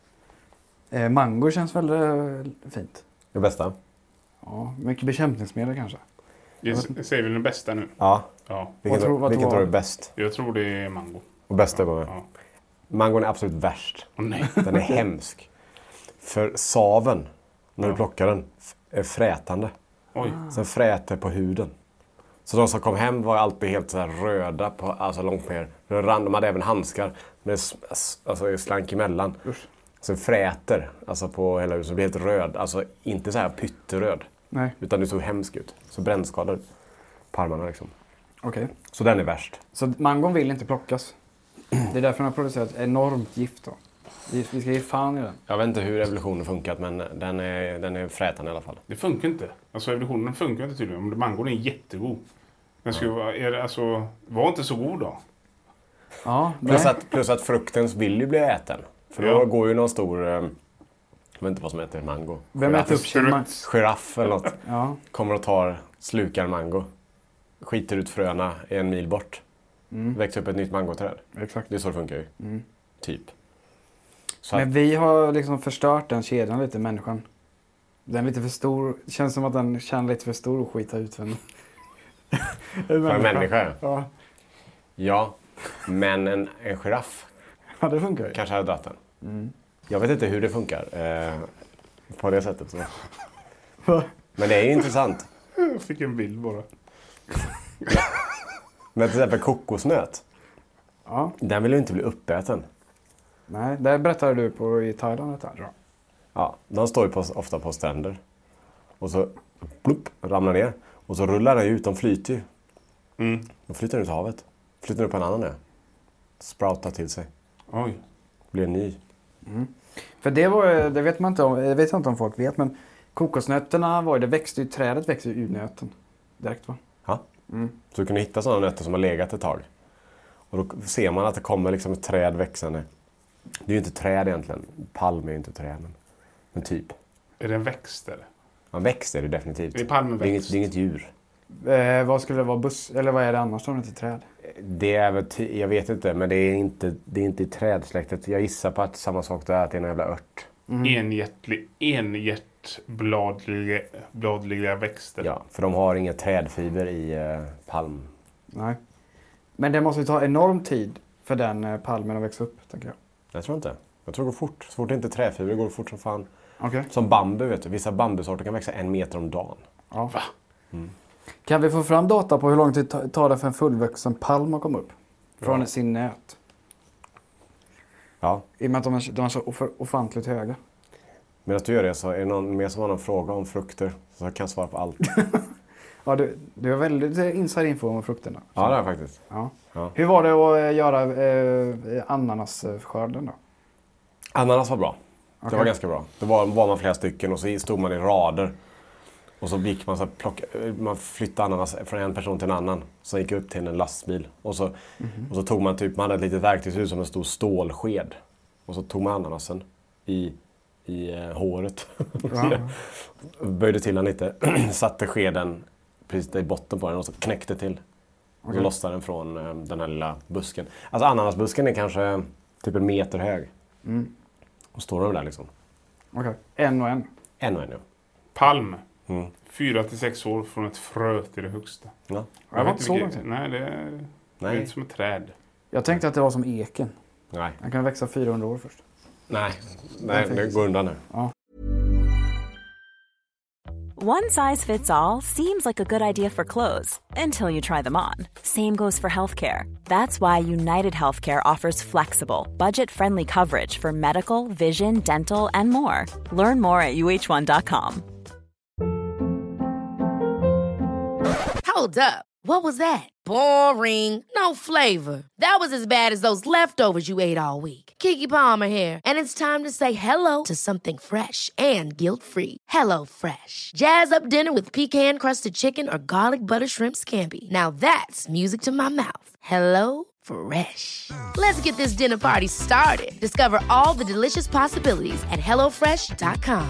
Eh, mango känns väl eh, fint. Det bästa? Ja, mycket bekämpningsmedel kanske. Jag säger vi den bästa nu? Ja. ja. Vilken, tror, vad vilken tror tror du är bäst? Jag tror det är mango. Och bästa ja. med? Ja. Mangon är absolut värst. Oh, nej. Den är hemsk. För saven, när ja. du plockar den, är frätande. Oj. Sen fräter på huden. Så de som kom hem var alltid helt så här röda, på, alltså långt mer. De hade även handskar med alltså, slank emellan. Usch. Så fräter alltså på hela huset, så blir helt röd. Alltså inte så här pytteröd. Nej. Utan det såg hemskt ut. Så brännskador på armarna liksom. Okej. Okay. Så den är värst. Så mangon vill inte plockas. Det är därför den har producerat enormt gift då. Vi, vi ska ge fan i den. Jag vet inte hur evolutionen funkat, men den är, den är frätande i alla fall. Det funkar inte. Alltså evolutionen funkar inte tydligen. Men mangon är jättegod. Den skulle vara, är, alltså, var inte så god då. Ja, plus, att, plus att frukten vill ju bli äten. För då ja. går ju någon stor, jag vet inte vad som heter mango. Vem äter upp sin giraff eller något. Ja. Kommer och tar, slukar mango. Skiter ut fröna en mil bort. Mm. Växer upp ett nytt mangoträd. Exakt. Det är så det funkar ju. Mm. Typ. Så Men att... vi har liksom förstört den kedjan lite, människan. Den är lite för stor. Det känns som att den känner lite för stor och skita ut för en, för en människa? Ja. Ja, men en, en giraff ja, det funkar ju. Kanske hade dratt den. Mm. Jag vet inte hur det funkar eh, på det sättet. Så. Men det är ju intressant. Jag fick en bild bara. Men till exempel kokosnöt. Ja. Den vill ju inte bli uppäten. Nej, det berättade du på i Thailand. Ett här. Ja, de står ju på, ofta på stränder. Och så plupp, ramlar ner. Och så rullar den ut, de flyter ju. Mm. De flyter ut i havet. Flyter upp på en annan ö. Sproutar till sig. Oj. Blir en ny. Mm. För det var det vet man inte om, jag vet inte om folk vet, men kokosnötterna var det växte ju, trädet växte ur nöten. Direkt va? Ja. Mm. Så du kan hitta sådana nötter som har legat ett tag. Och då ser man att det kommer liksom ett träd växande. Det är ju inte träd egentligen. Palm är ju inte träd, men, men typ. Är det en växt eller? Ja, växt är det definitivt. Det är palmväxt. Det är inget, det är inget djur. Eh, vad skulle det vara? Buss? Eller vad är det annars om det inte är träd? Det är väl, t- jag vet inte, men det är inte, det är inte i trädsläktet. Jag gissar på att samma sak där, att det är en jävla ört. Mm. Enhjärtlig, enhjärtbladliga bladliga växter. Ja, för de har inga trädfiber i eh, palm. Nej. Men det måste ju ta enorm tid för den eh, palmen att växa upp, tänker jag. Jag tror inte. Jag tror det går fort. Så fort det inte är trädfiber, det går fort som fan. Okay. Som bambu, vet du. Vissa bambusorter kan växa en meter om dagen. Ja. Va? Mm. Kan vi få fram data på hur lång tid tar det för en fullvuxen palm att komma upp? Från ja. sin nät. Ja. I och med att de är, de är så ofantligt höga. Medan du gör det så är det någon mer som har någon fråga om frukter. Så jag kan svara på allt. Ja, du, du har väldigt inside info om frukterna. Ja, det har jag faktiskt. Ja. Ja. Hur var det att göra eh, ananasskörden då? Ananas var bra. Okay. Det var ganska bra. Då var, var man flera stycken och så stod man i rader. Och så gick man så plocka, man flyttade ananas från en person till en annan. Så gick upp till en lastbil. Och så, mm-hmm. och så tog man typ, man hade ett litet verktygshus som en stor stålsked. Och så tog man ananasen i, i eh, håret. Ja. Böjde till den lite. Satte skeden precis i botten på den och så knäckte till. Och så okay. lossade den från eh, den här lilla busken. Alltså ananasbusken är kanske typ en meter hög. Mm. Och står de där liksom. Okej, okay. En och en. En och en, ja. Palm. Mm. Fyra till sex år från ett frö till det högsta. Ja. Jag var vet inte så vilket- långt. Nej, det är, det Nej. är inte som ett träd. Jag tänkte att det var som eken. Nej. Den kan växa fyrahundra år först. Nej. Nej, det går undan nu. One size fits all seems like a good idea for clothes until you try them on. Same goes for healthcare. That's why United Healthcare offers flexible, budget-friendly coverage for medical, vision, dental, and more. Learn more at U H one dot com. Hold up. What was that? Boring. No flavor. That was as bad as those leftovers you ate all week. Keke Palmer here, and it's time to say hello to something fresh and guilt-free. Hello Fresh. Jazz up dinner with pecan-crusted chicken or garlic butter shrimp scampi. Now that's music to my mouth. Hello Fresh. Let's get this dinner party started. Discover all the delicious possibilities at hello fresh dot com.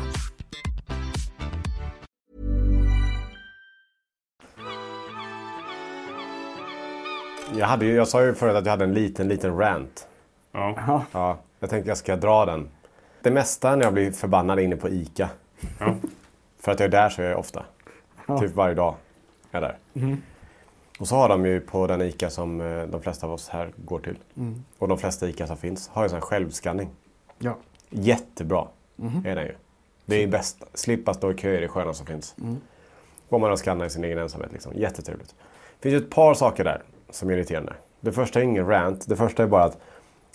Jag, hade ju, jag sa ju förut att jag hade en liten, liten rant. Ja. Ja, jag tänkte jag ska dra den. Det mesta när jag blir förbannad är inne på ICA. Ja. För att jag är där så är jag ofta. Typ varje dag är jag där. Mm. Och så har de ju på den ICA som eh, de flesta av oss här går till. Mm. Och de flesta ICA som finns har ju sån här självskanning. Ja. Jättebra är den ju. Det är bäst. Slippa stå i kö är det sköna som finns. Mm. Går man och skannar i sin egen ensamhet liksom. Jättetrevligt. Det finns ju ett par saker där som är irriterande. Det första är ingen rant. Det första är bara att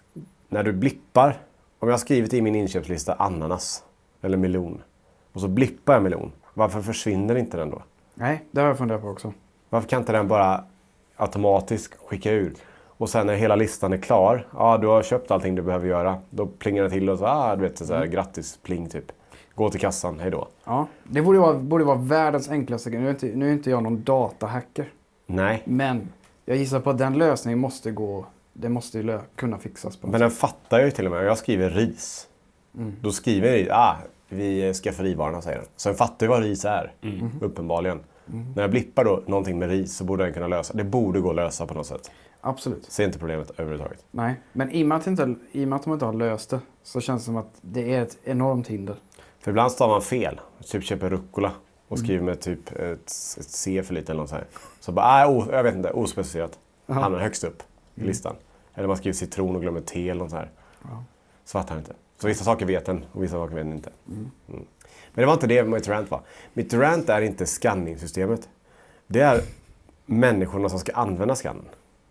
när du blippar, om jag har skrivit i min inköpslista ananas eller melon och så blippar jag melon, varför försvinner inte den då? Nej, det har jag funderat på också. Varför kan inte den bara automatiskt skicka ut? Och sen när hela listan är klar, ja du har köpt allting du behöver göra, då plingar det till och så, ah, du vet så här, grattis, pling typ. Gå till kassan, hej då. Ja, det borde vara, borde vara världens enklaste grej. Nu är inte, nu är inte jag någon datahacker. Nej. Men jag gissar på att den lösningen måste gå, det måste ju lö- kunna fixas på något Men den fattar ju till och med. Jag skriver ris. Mm. Då skriver jag, ah, vi skaffar rivarna, säger den. Så den fattar ju vad ris är, mm. uppenbarligen. Mm. När jag blippar då någonting med ris så borde den kunna lösa. Det borde gå att lösa på något sätt. Absolut. Ser inte problemet överhuvudtaget. Nej, men i och med att, inte, i och med att de inte har löst det så känns det som att det är ett enormt hinder. För ibland stavar man fel. Typ köper rucola och skriver med typ ett, ett C för lite eller något så här. Så bara, ah, oh, jag vet inte, ospecificerat. Aha. Hamnar högst upp i listan. Mm. Eller man skriver citron och glömmer te eller något så här. Ja. Så fattar han inte. Så vissa saker vet den och vissa saker vet den inte. Mm. Mm. Men det var inte det mitt rant var. Mitt rant är inte scanningssystemet. Det är människorna som ska använda skannen.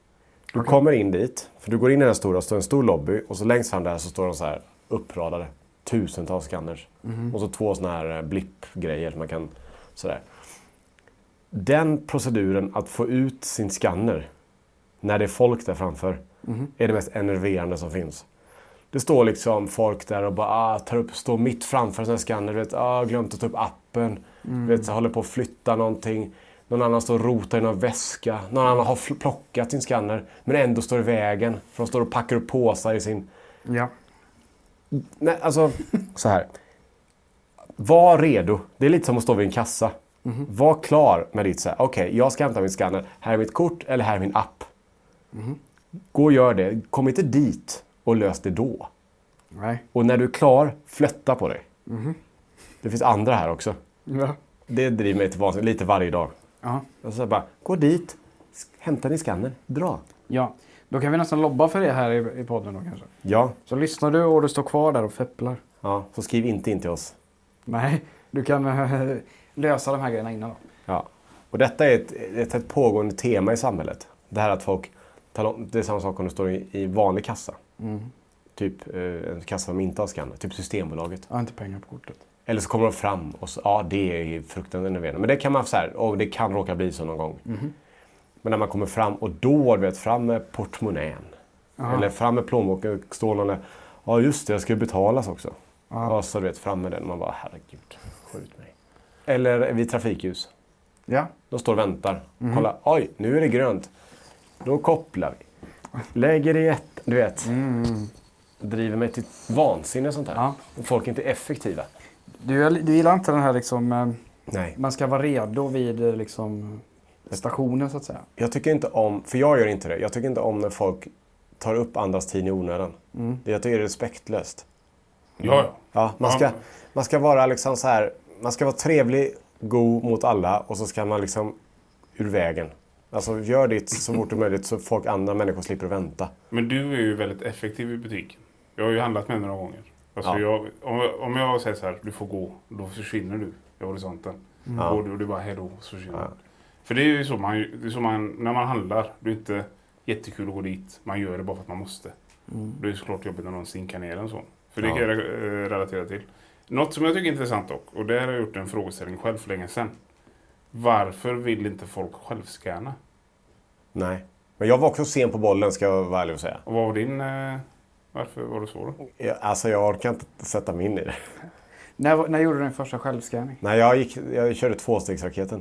Du okay. kommer in dit, för du går in i den stora, står en stor lobby och så längst fram där så står de så här uppradade. Tusentals scanners. Mm. Och så två såna här blippgrejer som man kan sådär. Den proceduren att få ut sin scanner när det är folk där framför mm. är det mest enerverande som finns. Det står liksom folk där och bara ah, tar upp, står mitt framför en scanner, vet, ah, glömt att ta upp appen, mm. vet, så håller på att flytta någonting. Någon annan står och rotar i någon väska. Någon annan har plockat sin scanner men ändå står i vägen. För de står och packar upp påsar i sin... Ja. Nej, alltså så här. Var redo. Det är lite som att stå vid en kassa. Mm-hmm. Var klar med ditt så här. Okej, okay, jag ska hämta min scanner. Här är mitt kort eller här är min app. Mm-hmm. Gå och gör det. Kom inte dit och lös det då. Nej. Och när du är klar, flytta på dig. Mm-hmm. Det finns andra här också. Ja. Det driver mig till vansinnigt lite varje dag. Ja. Och så bara, gå dit. Hämta din scanner. Dra. Ja. Då kan vi nästan lobba för det här i, i podden då kanske. Ja. Så lyssnar du och du står kvar där och fepplar. Ja, så skriv inte in till oss. Nej, du kan äh, lösa de här grejerna innan då. Ja. Och detta är ett, ett, ett pågående tema i samhället. Det här att folk, det är samma sak om du står i, i vanlig kassa. Mm. Typ eh, en kassa som inte har scanner. Typ Systembolaget. Jag har inte pengar på kortet. Eller så kommer de fram och så, ja det är fruktansvärt enerverande. Men det kan man så här, och det kan råka bli så någon gång. Mm. Men när man kommer fram och då vet fram med portmonnän. Aha. Eller fram med plånboken står någon där. Ja just det, jag ska ju betalas också. Aha. Ja så du vet fram med den. Man bara herregud, skjut mig. Eller vid trafikljus. Ja. De står och väntar. Mm. Kolla, oj nu är det grönt. Då kopplar vi. Lägger det i ett, du vet. Mm. Driver mig till vansinne sånt här. Ja. Och folk är inte effektiva. Du, du gillar inte den här liksom... Eh, Nej. Man ska vara redo vid liksom... stationen så att säga. Jag tycker inte om, för jag gör inte det. Jag tycker inte om när folk tar upp andras tid i onödan. Mm. Jag tycker det är respektlöst. Ja, ja. Ja, man ska, man ska vara liksom så här, man ska vara trevlig god mot alla och så ska man liksom ur vägen. Alltså gör ditt så fort som möjligt så folk andra människor slipper vänta. Men du är ju väldigt effektiv i butiken. Jag har ju handlat med några gånger. Alltså Ja. jag, om, om jag säger så här, du får gå, då försvinner du i horisonten. Mm. Och du, du bara, hej då, så försvinner Ja. du. För det är ju så man, det är så man, när man handlar, det är inte jättekul att gå dit. Man gör det bara för att man måste. Mm. Det är ju såklart jobbigt när någon sinkar ner en sån. För det Ja. kan jag eh, relatera till. Något som jag tycker är intressant dock, och där har jag gjort en frågeställning själv för länge sedan. Varför vill inte folk självscanna? Nej. Men jag var också sen på bollen ska jag vara ärlig och säga. Och vad var din... Eh, varför var det så då? Jag, alltså jag orkar inte sätta mig in i det. När, när gjorde du din första självscanning? Nej, jag, gick, jag körde tvåstegsraketen.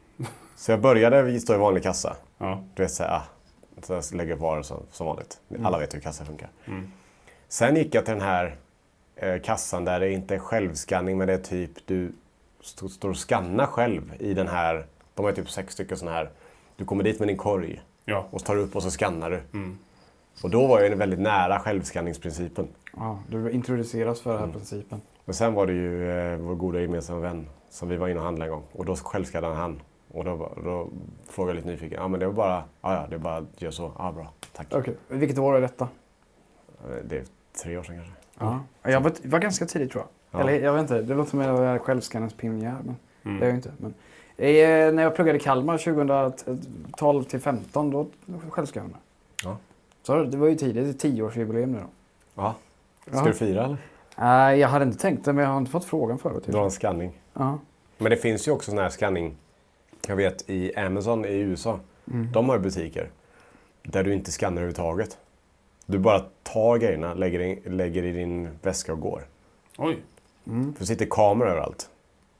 Så jag började stå i vanlig kassa. Ja. Du vet såhär, ah, så jag lägger upp varor som, som vanligt. Alla vet hur kassa funkar. Mm. Sen gick jag till den här eh, kassan där det inte är självskanning men det är typ du st- står och skannar själv i den här, de har typ sex stycken sån här. Du kommer dit med din korg Ja. och så tar du upp och så skannar du. Mm. Och då var jag väldigt nära självskanningsprincipen. Ja, du introduceras för den här principen. Men sen var det ju eh, vår goda gemensamma vän som vi var inne och handlade en gång. Och då självskannade han. Och då, då frågade jag lite nyfiken. Ja men det var bara, ja ja det är bara att göra så. Ja bra, tack. Okej, vilket år är detta? Eh, Det är tre år sedan kanske. Ja. Jag var, var ganska tidigt tror jag. Ja. Eller jag vet inte, det låter som att jag är självskannens pionjär. Men Mm. det är jag inte. Men, eh, när jag pluggade i Kalmar tjugohundratolv till femton då självskannade jag. Ja. Så det var ju tidigt, det är tioårsjubileum nu då. Ja. Ska Ja. du fira eller? Nej, jag hade inte tänkt det men jag har inte fått frågan förut. Dra en skanning. Ja. Men det finns ju också sån här skanning. Jag vet i Amazon i U S A. Mm. De har ju butiker. Där du inte skannar överhuvudtaget. Du bara tar grejerna, lägger, in, lägger i din väska och går. Oj. Mm. För det sitter kameror överallt.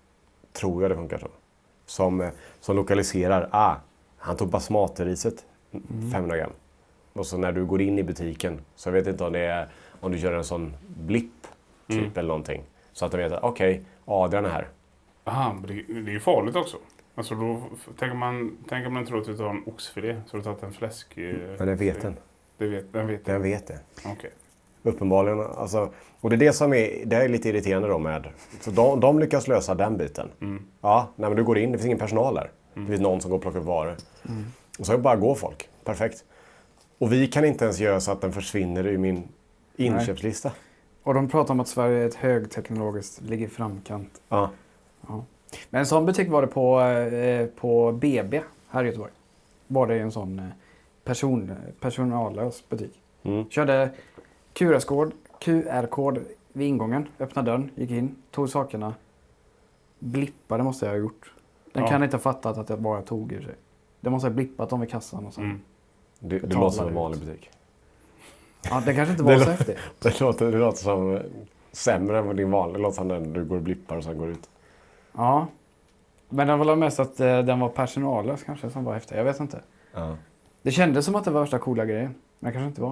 Tror jag det funkar så. Som, eh, som lokaliserar. Ah, han tog basmateriset. femhundra gram. Och så när du går in i butiken. Så jag vet inte om det är om du gör en sån blipp. Typ Mm. eller någonting. Så att de vet att okej, okay, Adrian är här. Aha, men det, det är ju farligt också. Alltså då tänker man, tänker man tror att du tar en oxfilé så har du tagit en fläsk. Eh, Men den vet den. Det vet, den vet Den vet det. Okej. Uppenbarligen. Alltså, och det är det som är, det är lite irriterande då med. Så de, de lyckas lösa den biten. Mm. Ja, nej, men du går in, det finns ingen personal där. Det finns någon som går och plockar upp varor. Mm. Och så bara går folk. Perfekt. Och vi kan inte ens göra så att den försvinner ur min inköpslista. Och de pratar om att Sverige är ett högteknologiskt, ligger i framkant. Ja. Ja. Men en sån butik var det på, eh, på B B här i Göteborg. Var det en sån eh, person, personallös butik. Mm. Körde Q R-kod, Q R-kod vid ingången, öppnade dörren, gick in, tog sakerna, blippade måste jag ha gjort. Den Ja. kan inte ha fattat att jag bara tog ur sig. Det måste ha blippat dem vid kassan och så. Mm. Det, det Betalar låter som en ut. vanlig butik. Ja, det kanske inte var Det så lå- häftigt. Det låter, det låter som eh, sämre än vad din vanliga. Det låter som när du går och blippar och sen går ut. Ja. Men den var väl mest att eh, den var personallös kanske som var häftig. Jag vet inte. Ja. Det kändes som att det var värsta coola grejen. Men det kanske inte var.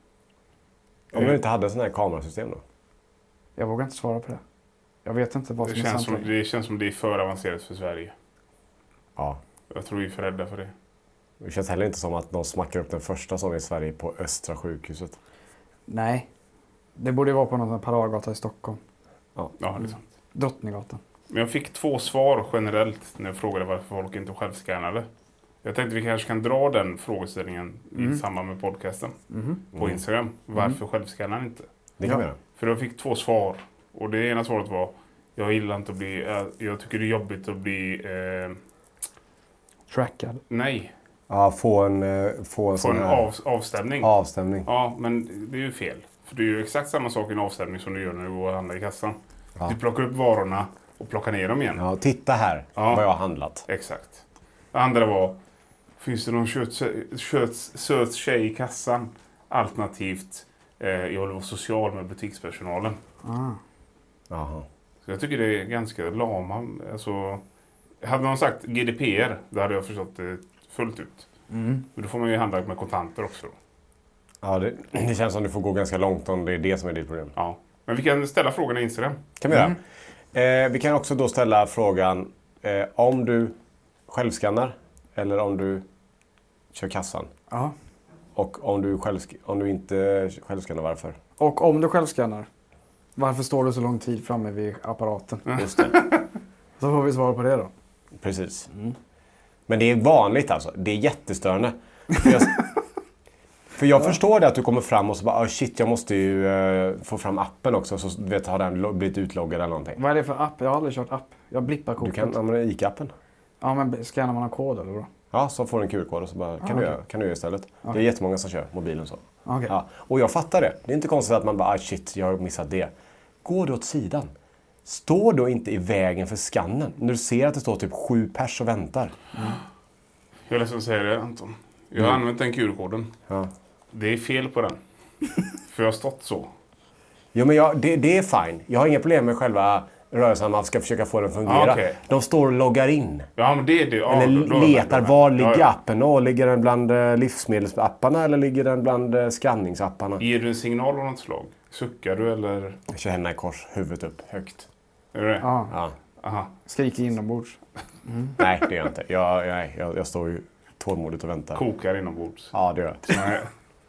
Om du inte hade sån här kamerasystem då? Jag vågar inte svara på det. Jag vet inte vad Det som är känns, sant som, längre. det känns som det är för avancerat för Sverige. Ja. Jag tror vi är för rädda för det. Det känns heller inte som att de smackar upp den första sån i Sverige på Östra sjukhuset. Nej. Det borde ju vara på någon sån här paradgata i Stockholm. Ja, det är sant. Drottninggatan. Men jag fick två svar generellt när jag frågade varför folk inte självskannade. Jag tänkte vi kanske kan dra den frågeställningen i samband med podcasten på Instagram. Varför självskannar inte? Det kan vi göra. För jag fick två svar. Och det ena svaret var jag gillar inte att bli, jag, jag tycker det är jobbigt att bli, eh, Trackad. nej, Ja, få en, eh, få en få sån en här av, avstämning. avstämning. Ja, men det är ju fel. För det är ju exakt samma sak i en avstämning som du gör när du går och handlar i kassan. Ja. Du plockar upp varorna och plockar ner dem igen. Ja, titta här Ja. vad jag har handlat. Exakt. Det andra var, finns det någon kött, kött, söt tjej i kassan? Alternativt, eh, jag vill vara social med butikspersonalen. Ah. Jaha. Så jag tycker det är ganska lama. Alltså, hade någon sagt G D P R, då hade jag förstått det fullt ut. Mm. Men då får man ju handla med kontanter också. Då. Ja, det, det känns som du får gå ganska långt om det är det som är ditt problem. Ja. Men vi kan ställa frågan i Instagram. Kan vi göra. Eh, vi kan också då ställa frågan eh, om du självskannar eller om du kör kassan. Ja. Och om du, själv, om du inte självskannar, varför? Och om du självskannar, varför står du så lång tid framme vid apparaten? Just det. Så får vi svar på det då. Precis. Mm. Men det är vanligt alltså. Det är jättestörande. För jag, för jag ja. förstår det att du kommer fram och så bara, oh shit, jag måste ju uh, få fram appen också. Så du vet, har den blivit utloggad eller någonting. Vad är det för app? Jag har aldrig kört app. Jag blippar kortet. Du kan använda ICA-appen. Ja, men scannar man en kod eller då? Ja, så får du en Q R-kod och så bara, kan, ah, du, okay. göra, kan du göra istället. Okay. Det är jättemånga som kör mobilen så. Okay. Ja. Och jag fattar det. Det är inte konstigt att man bara, ah shit, jag har missat det. Gå då åt sidan. Står då inte i vägen för skannen. När du ser att det står typ sju pers och väntar. Mm. Jag är ledsen att säga det, Anton. Jag har mm. använt den Q R-koden. Ja. Det är fel på den. För jag har stått så. Jo, men jag, det, det är fine. Jag har inga problem med själva rörelsen. Man ska försöka få den att fungera. Ah, okay. De står och loggar in. Ja, men det är det. Ja, eller då, då, letar. då, var ligger ja, ja. appen? Och ligger den bland livsmedelsapparna eller ligger den bland skanningsapparna? Ger du en signal av något slag? Suckar du eller? Jag kör händerna i kors. Huvudet upp. Högt. Är det? Ja. Ja. Aha. Skriker inombords. Mm. Nej, det gör jag inte. Jag, jag, jag, jag står ju tålmodigt och väntar. Kokar inombords. Ja, det gör jag.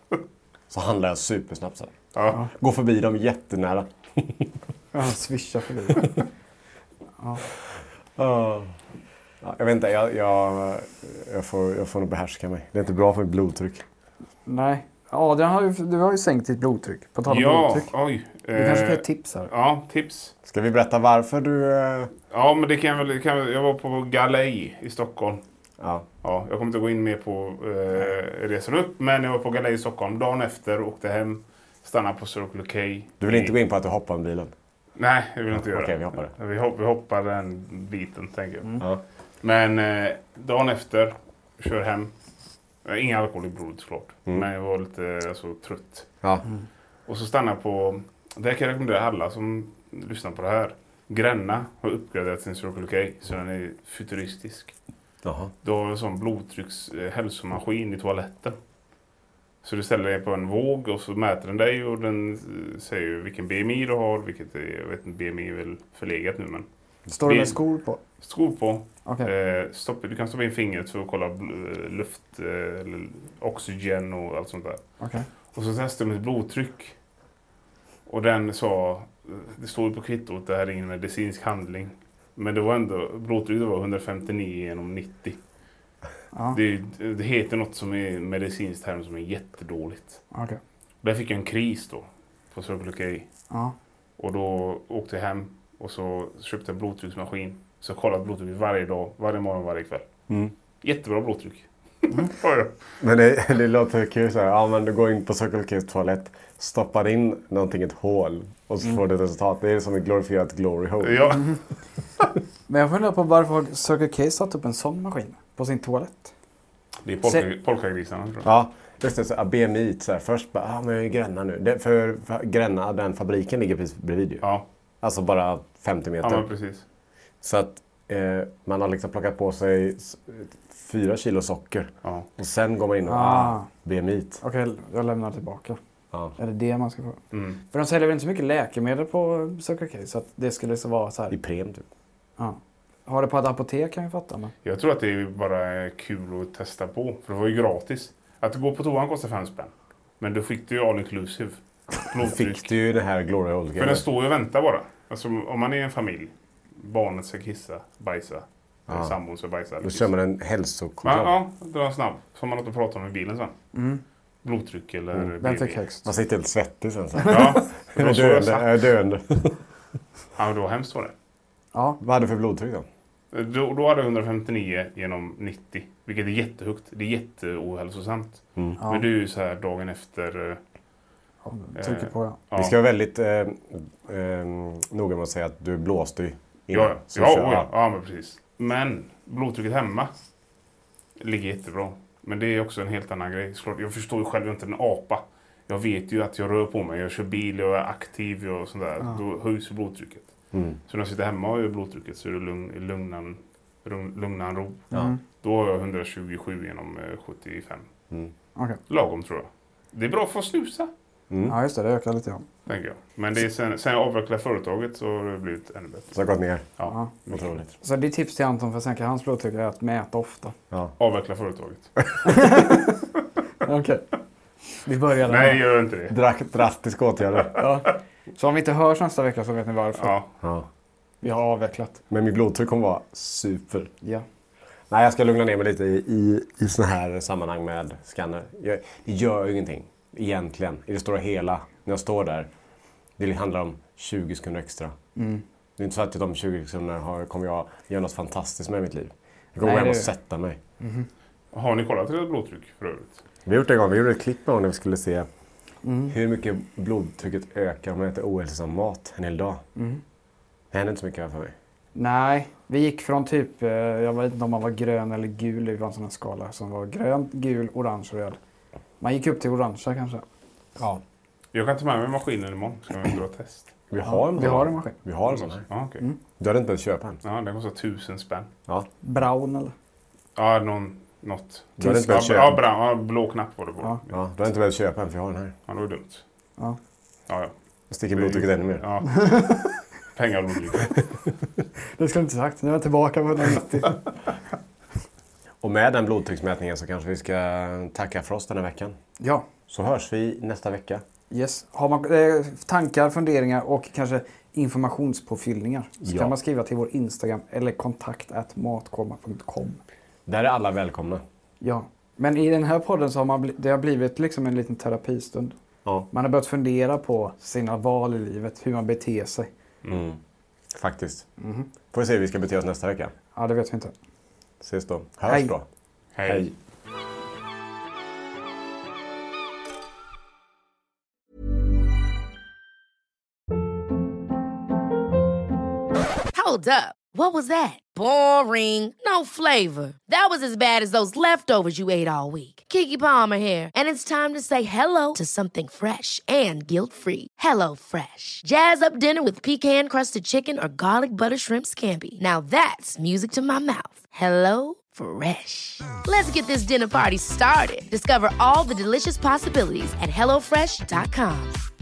Så handlar jag supersnabbt så här. Ja. Går förbi dem jättenära. Ja, swisha förbi. Ja. Uh, ja, jag vet inte, jag, jag, jag, får, jag får nog behärska mig. Det är inte bra för mitt blodtryck. Nej. Adrian har ju, du har ju sänkt ditt blodtryck. På tal om ja, blodtryck. Oj. Du eh, kanske kan ge tips här. Ja, tips. Ska vi berätta varför du... Eh... Ja, men det kan jag väl... Kan, jag var på Galej i Stockholm. Ja. Ja, jag kommer inte gå in mer på eh, resan upp. Men jag var på Galej i Stockholm. Dagen efter åkte hem. Stannade på Circle K. Du vill inte gå in på att du hoppar bilen? Nej, jag vill inte ja, göra. Okej, vi hoppar det. Vi, hopp, vi hoppar den biten, tänker jag. Mm. Ja. Men eh, dagen efter, kör hem. Ingen alkohol i blodet såklart. Mm. Men jag var lite alltså, trött. Ja. Mm. Och så stannade jag på... Det kan jag rekommendera alla som lyssnar på det här. Gränna har uppgraderat sin Circle K. Så den är futuristisk. Jaha. Du har en sån blodtrycks eh, hälsomaskin i toaletten. Så du ställer dig på en våg och så mäter den dig och den säger vilken B M I du har. Vilket är, jag vet inte, B M I är väl förlegat nu, men... Står det med skor på? Skor på. Okay. Eh, stopp, du kan stoppa in fingret för att kolla bl- luft, eh, eller oxygen och allt sånt där. Okay. Och så testade de ett blodtryck. Och den sa, det stod på kvittot, det här är ingen medicinsk handling. Men det var ändå, blodtrycket var hundrafemtionio genom nittio. Ja. Det, det heter något som är medicinskt term som är jättedåligt. Okay. Där fick jag en kris då på Circle K. Ja. Och då åkte jag hem och så köpte jag blodtrycksmaskin. Så jag kollade blodtrycket varje dag, varje morgon, varje kväll. Mm. Jättebra blodtryck. Mm. Men det, det låter kul så här. Ja, men du går in på Circle K's toalett, stoppar in någonting i ett hål och så mm. får du ett resultat. Det är som ett glorifierat glory hole. Ja. Mm. Men jag funderar på varför har Circle K satt upp en sån maskin på sin toalett? Det är polka, polkagrisarna, tror jag. Ja, just det. Så B M I så här. Först bara, ah, men jag är Gränna nu. Det, för, för Gränna, den fabriken ligger precis bredvid ju. Ja. Alltså bara femtio meter. Ja, men precis. Så att eh, man har liksom plockat på sig fyra kilo socker. Ja. Och sen går man in och ah. ah, B M I. Okej, okay, jag lämnar tillbaka. Ja. Är det det man ska få? Mm. För de säljer väl inte så mycket läkemedel på Circle K, så att det skulle så vara så här. I prem typ. Ja. Har det på ett apotek kan jag fatta. Men... Jag tror att det är bara kul att testa på. För det var ju gratis. Att gå på toan kostar fem spänn. Men då fick du ju all inclusive. Fick du ju det här glory hole. För den står ju och väntar bara. Alltså om man är en familj. Barnet ska kissa, bajsa. Ja. Sambon ska bajsa. Då kör man en hälsokontroll. Ja, ja, dra snabb. Så har man något att prata om i bilen sen. Mm. Blodtryck eller... Mm. Den fick högst. Man sitter helt svettig sen. Så. Ja, det var så jag döende. Jag är döende. Ja, men det var hemskt var det. Ja. Vad hade du för blodtryck då? Då, då hade jag hundrafemtionio genom nittio. Vilket är jättehögt. Det är jätteohälsosamt. Mm. Ja. Men det är ju så här dagen efter... Ja, trycker på ja. ja. Vi ska vara väldigt eh, eh, noga med att säga att du blåste ju innan. Ja, ja, ja, ja, ja, men precis. Men blodtrycket hemma ligger jättebra. Men det är också en helt annan grej. Jag förstår ju själv inte en apa. Jag vet ju att jag rör på mig. Jag kör bil, jag är aktiv och sådär. Ja. Då höjs blodtrycket. Mm. Så när jag sitter hemma och gör blodtrycket så är det lugn, lugnan, lugnan ro. Mm. Då har jag hundratjugosju genom sjuttiofem. Mm. Okay. Lagom tror jag. Det är bra för att snusa. Mm. Ja just det, det ökar lite grann. Tänker jag. Men det är sen, sen jag avvecklade företaget så har det blivit ännu bättre. Så det har gått ner? Ja, ja. Otroligt. Så ditt tips till Anton för att sänka hans blodtryck är att mäta ofta? Ja. Avveckla företaget. Okej. Okay. Vi börjar där. Nej, gör inte det. Drastiska åtgärder. Ja. Så om vi inte hörs nästa vecka så vet ni varför. Ja. Ja. Vi har avvecklat. Men mitt blodtryck kommer vara super. Ja. Nej, jag ska lugna ner mig lite i, i, i såna här sammanhang med scanner. Jag, det gör ju ingenting, egentligen, i det stora hela. När jag står där, det handlar om tjugo sekunder extra. Mm. Det är inte så att de tjugo sekunderna har, kommer jag göra något fantastiskt med mitt liv. Jag kommer Nej, hem och det... sätta mig. Mm-hmm. Har ni kollat ert blodtryck för övrigt? Vi har gjort det en gång, vi gjorde ett klipp med honom när vi skulle se mm. hur mycket blodtrycket ökar om man äter ohälsosam mat en hel dag. Mm. Det händer inte så mycket här för mig. Nej, vi gick från typ, jag vet inte om man var grön eller gul, det var en sån här skala som var grön, gul, orange och röd. Man gick upp till orange kanske. Ja. Jag kan ta med mig maskinen imorgon, ska vi göra test. Vi har en, ja, vi har en maskin. Vi har en sån här. Ja, okay. Mm. Du hade inte behövt köpa en? Ja, den kostar tusen spänn. Ja. Brown eller? Ja, någon, något. Du hade inte behövt köpa Ja, brown, ja, blå knapp var det på. Ja. Ja, du hade inte behövt köpa en för jag har den här. Ja, det var dumt. Ja. Ja, ja. Jag sticker blodtrycket ännu mer. Ja. Pengar och blodtryck. Det skulle inte sagt. Nu är jag tillbaka på nittio. Och med den blodtrycksmätningen så kanske vi ska tacka för oss den här veckan. Ja. Så hörs vi nästa vecka. Yes. Har man eh, tankar, funderingar och kanske informationspåfyllningar så Ja. kan man skriva till vår Instagram eller kontakt at matkomma punkt com. Där är alla välkomna. Ja. Men i den här podden så har man bli- det har blivit liksom en liten terapistund. Ja. Man har börjat fundera på sina val i livet, hur man beter sig. Mm. Faktiskt. Mm-hmm. Får vi se hur vi ska bete oss nästa vecka. Ja, det vet vi inte. Ses då. Hörs Hej. då. Hej. Hej. Hold up. What was that? Boring. No flavor. That was as bad as those leftovers you ate all week. Keke Palmer here, and it's time to say hello to something fresh and guilt-free. Hello Fresh. Jazz up dinner with pecan-crusted chicken or garlic butter shrimp scampi. Now that's music to my mouth. Hello Fresh. Let's get this dinner party started. Discover all the delicious possibilities at hello fresh dot com.